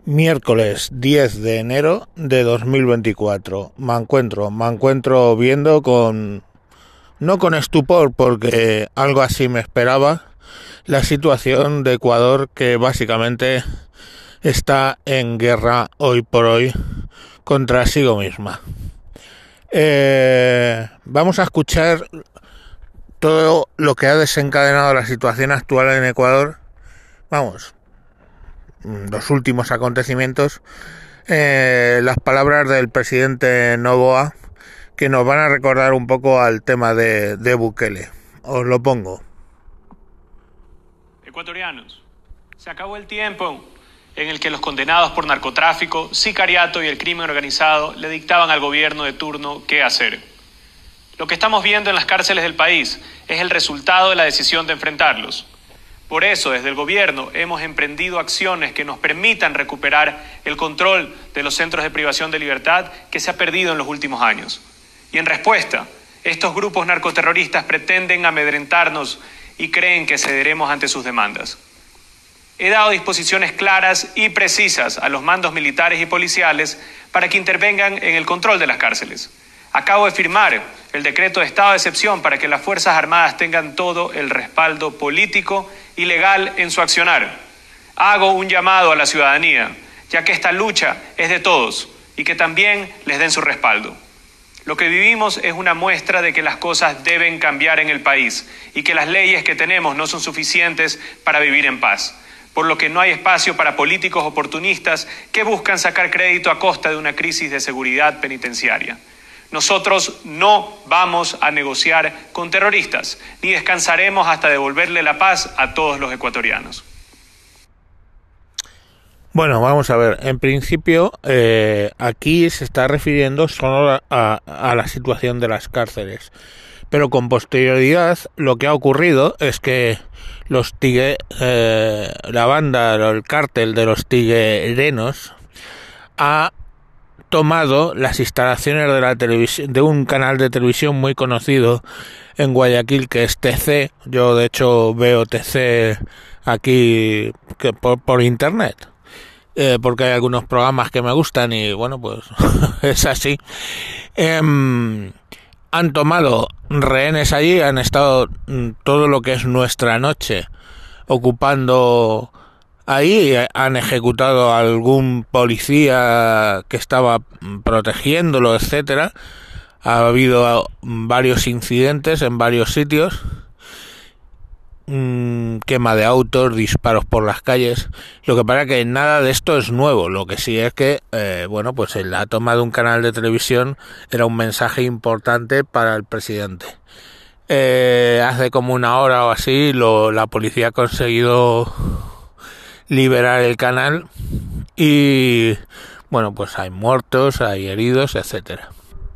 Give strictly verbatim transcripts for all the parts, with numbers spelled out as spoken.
Miércoles diez de enero de dos mil veinticuatro. Me encuentro, me encuentro viendo con... no con estupor, porque algo así me esperaba, la situación de Ecuador, que básicamente está en guerra hoy por hoy contra sí misma. Eh, vamos a escuchar todo lo que ha desencadenado la situación actual en Ecuador. Vamos, los últimos acontecimientos, eh, las palabras del presidente Noboa, que nos van a recordar un poco al tema de, de Bukele. Os lo pongo. Ecuatorianos, se acabó el tiempo en el que los condenados por narcotráfico, sicariato y el crimen organizado le dictaban al gobierno de turno qué hacer. Lo que estamos viendo en las cárceles del país es el resultado de la decisión de enfrentarlos. Por eso, desde el gobierno hemos emprendido acciones que nos permitan recuperar el control de los centros de privación de libertad que se ha perdido en los últimos años. Y en respuesta, estos grupos narcoterroristas pretenden amedrentarnos y creen que cederemos ante sus demandas. He dado disposiciones claras y precisas a los mandos militares y policiales para que intervengan en el control de las cárceles. Acabo de firmar el decreto de estado de excepción para que las Fuerzas Armadas tengan todo el respaldo político y legal en su accionar. Hago un llamado a la ciudadanía, ya que esta lucha es de todos y que también les den su respaldo. Lo que vivimos es una muestra de que las cosas deben cambiar en el país y que las leyes que tenemos no son suficientes para vivir en paz, por lo que no hay espacio para políticos oportunistas que buscan sacar crédito a costa de una crisis de seguridad penitenciaria. Nosotros no vamos a negociar con terroristas, ni descansaremos hasta devolverle la paz a todos los ecuatorianos. Bueno, vamos a ver. En principio, eh, aquí se está refiriendo solo a, a, a la situación de las cárceles. Pero con posterioridad, lo que ha ocurrido es que los tigre, eh, la banda, el cártel de los tiguerenos, ha tomado las instalaciones de la televisión, de un canal de televisión muy conocido en Guayaquil, que es T C. Yo de hecho veo T C aquí que por, por internet, eh, porque hay algunos programas que me gustan y bueno, pues es así. Eh, han tomado rehenes allí, han estado todo lo que es nuestra noche ocupando ahí, han ejecutado a algún policía que estaba protegiéndolo, etcétera. Ha habido varios incidentes en varios sitios, mm, quema de autos, disparos por las calles. Lo que pasa que nada de esto es nuevo. Lo que sí es que, eh, bueno, pues la toma de un canal de televisión era un mensaje importante para el presidente. Eh, hace como una hora o así, lo, la policía ha conseguido liberar el canal y bueno, pues hay muertos, hay heridos, etcétera.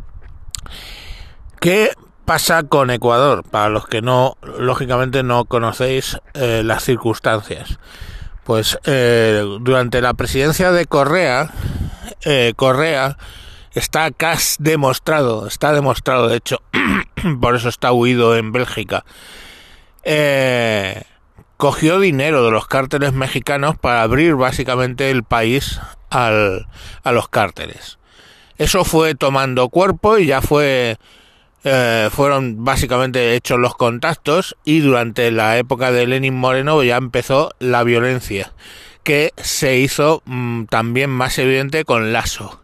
¿Qué pasa con Ecuador? Para los que no, lógicamente no conocéis eh, las circunstancias. Pues eh, durante la presidencia de Correa, eh, Correa está casi demostrado, está demostrado de hecho, por eso está huido en Bélgica, eh, cogió dinero de los cárteles mexicanos para abrir básicamente el país al, a los cárteles. Eso fue tomando cuerpo y ya fue eh, fueron básicamente hechos los contactos, y durante la época de Lenín Moreno ya empezó la violencia, que se hizo mmm, también más evidente con Lasso.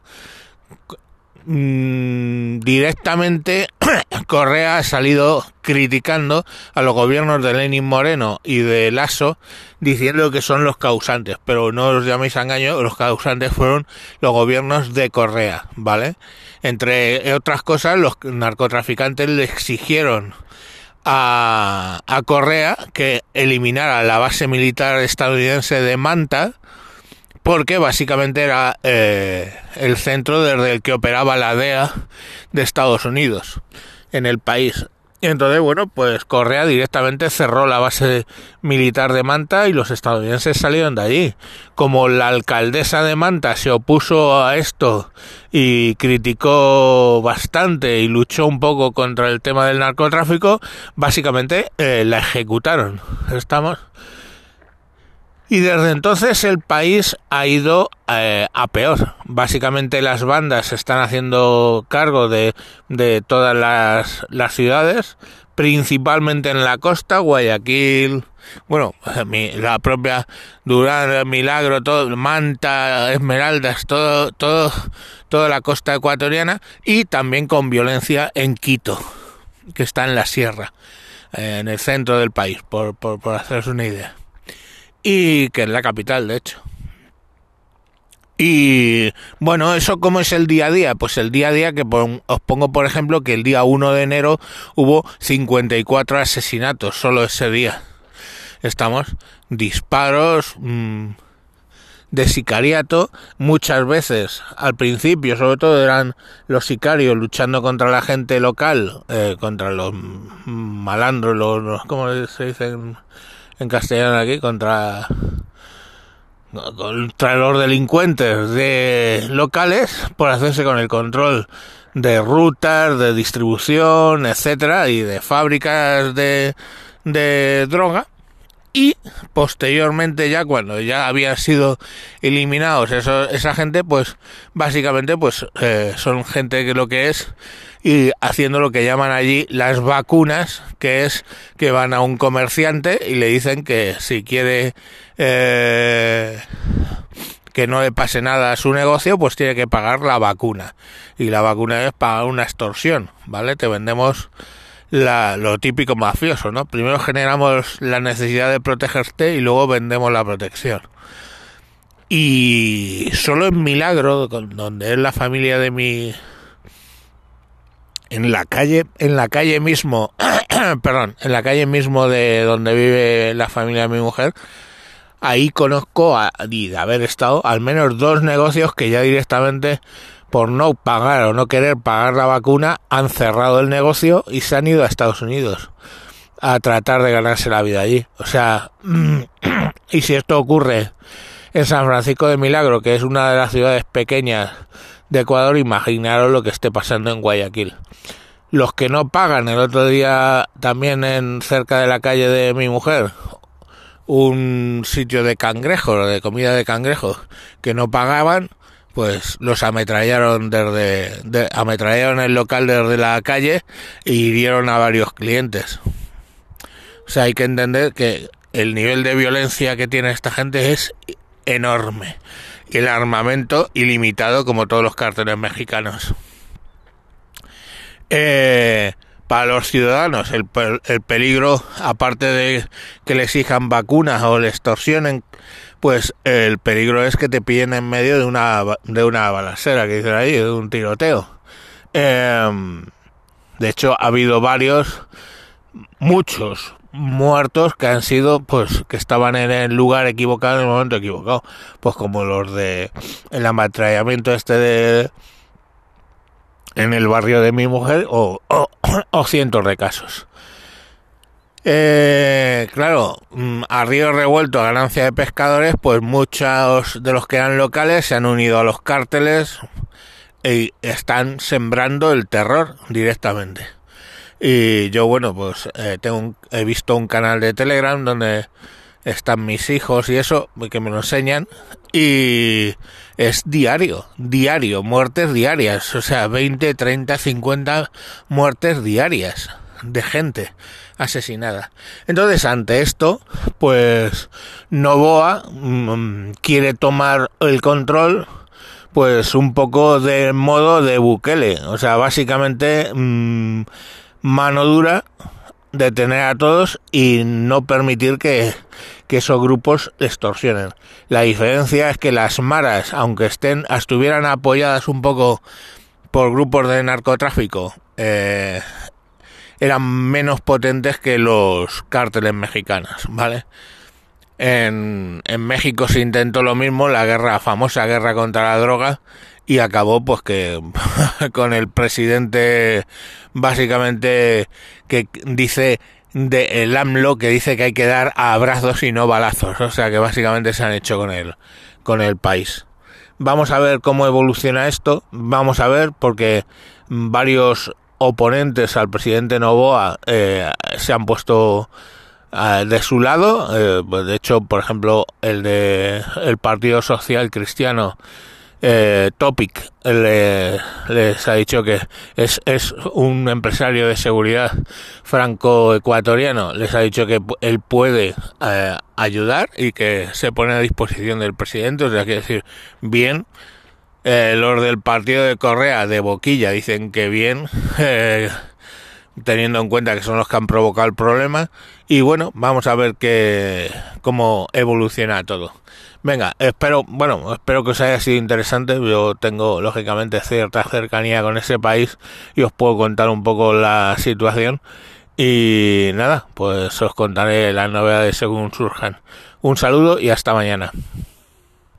Mm, directamente Correa ha salido criticando a los gobiernos de Lenín Moreno y de Lasso, diciendo que son los causantes, pero no os llaméis a engaño, los causantes fueron los gobiernos de Correa, ¿vale? Entre otras cosas, los narcotraficantes le exigieron a, a Correa que eliminara la base militar estadounidense de Manta, porque básicamente era eh, el centro desde el que operaba la D E A de Estados Unidos en el país. Y entonces, bueno, pues Correa directamente cerró la base militar de Manta y los estadounidenses salieron de allí. Como la alcaldesa de Manta se opuso a esto y criticó bastante y luchó un poco contra el tema del narcotráfico, básicamente eh, la ejecutaron. Estamos... Y desde entonces el país ha ido eh, a peor. Básicamente las bandas se están haciendo cargo de, de todas las, las ciudades, principalmente en la costa, Guayaquil, bueno, la propia Durán, Milagro, todo, Manta, Esmeraldas, todo, todo, toda la costa ecuatoriana, y también con violencia en Quito, que está en la sierra, eh, en el centro del país, por, por, por haceros una idea. Y que es la capital, de hecho. Y bueno, ¿eso cómo es el día a día? Pues el día a día que pon, os pongo por ejemplo que el día uno de enero hubo cincuenta y cuatro asesinatos solo ese día. Estamos disparos mmm, de sicariato, muchas veces al principio sobre todo eran los sicarios luchando contra la gente local, eh, contra los malandros, los, los ¿cómo se dice en, en castellano aquí? Contra... contra los delincuentes de locales por hacerse con el control de rutas, de distribución, etcétera, y de fábricas de, de droga. Y posteriormente, ya cuando ya habían sido eliminados eso, esa gente, pues básicamente pues eh, son gente que lo que es, y haciendo lo que llaman allí las vacunas, que es que van a un comerciante y le dicen que si quiere eh, que no le pase nada a su negocio, pues tiene que pagar la vacuna, y la vacuna es pagar una extorsión, ¿vale? Te vendemos la, lo típico mafioso, ¿no? Primero generamos la necesidad de protegerte y luego vendemos la protección. Y solo en Milagro, donde es la familia de mi... en la calle, en la calle mismo, perdón, en la calle mismo de donde vive la familia de mi mujer, ahí conozco, a, y de haber estado, al menos dos negocios que ya directamente, por no pagar o no querer pagar la vacuna, han cerrado el negocio y se han ido a Estados Unidos a tratar de ganarse la vida allí. O sea, y si esto ocurre en San Francisco de Milagro, que es una de las ciudades pequeñas de Ecuador, imaginaros lo que esté pasando en Guayaquil. Los que no pagan, el otro día también en cerca de la calle de mi mujer, un sitio de cangrejos, de comida de cangrejos, que no pagaban, pues los ametrallaron desde, de, ametrallaron el local desde la calle y hirieron a varios clientes. O sea, hay que entender que el nivel de violencia que tiene esta gente es enorme. Y el armamento ilimitado, como todos los cárteles mexicanos. Eh, para los ciudadanos, el, el peligro, aparte de que le exijan vacunas o le extorsionen, pues el peligro es que te pillen en medio de una de una balacera, que dicen ahí, de un tiroteo. Eh, de hecho, ha habido varios, muchos muertos que han sido, pues, que estaban en el lugar equivocado en el momento equivocado, pues como los de el ametrallamiento este de en el barrio de mi mujer, o, o, o cientos de casos. Eh, claro, a río revuelto, a ganancia de pescadores, pues muchos de los que eran locales se han unido a los cárteles y están sembrando el terror directamente. Y yo, bueno, pues eh, tengo un, he visto un canal de Telegram donde están mis hijos y eso, que me lo enseñan, y es diario, diario, muertes diarias, o sea, veinte, treinta, cincuenta muertes diarias de gente asesinada. Entonces, ante esto, pues Noboa mmm, quiere tomar el control, pues un poco de modo de Bukele, o sea, básicamente mmm, mano dura, detener a todos y no permitir que, que esos grupos extorsionen. La diferencia es que las maras, aunque estén estuvieran apoyadas un poco por grupos de narcotráfico, eh, eran menos potentes que los cárteles mexicanos, ¿vale? En, en México se intentó lo mismo, la guerra, la famosa guerra contra la droga, y acabó pues que con el presidente básicamente que dice de el AMLO, que dice que hay que dar abrazos y no balazos, o sea que básicamente se han hecho con el con el país. Vamos a ver cómo evoluciona esto, vamos a ver, porque varios oponentes al presidente Noboa eh, se han puesto Uh, de su lado, eh, pues de hecho, por ejemplo, el de el Partido Social Cristiano, eh, Topic, le, les ha dicho que es, es un empresario de seguridad franco-ecuatoriano, les ha dicho que él puede eh, ayudar y que se pone a disposición del presidente, o sea, que decir, bien. Eh, los del partido de Correa, de Boquilla, dicen que bien, eh, teniendo en cuenta que son los que han provocado el problema. Y bueno, vamos a ver qué, cómo evoluciona todo. Venga, espero, bueno, espero que os haya sido interesante. Yo tengo, lógicamente, cierta cercanía con ese país y os puedo contar un poco la situación. Y nada, pues os contaré las novedades según surjan. Un saludo y hasta mañana.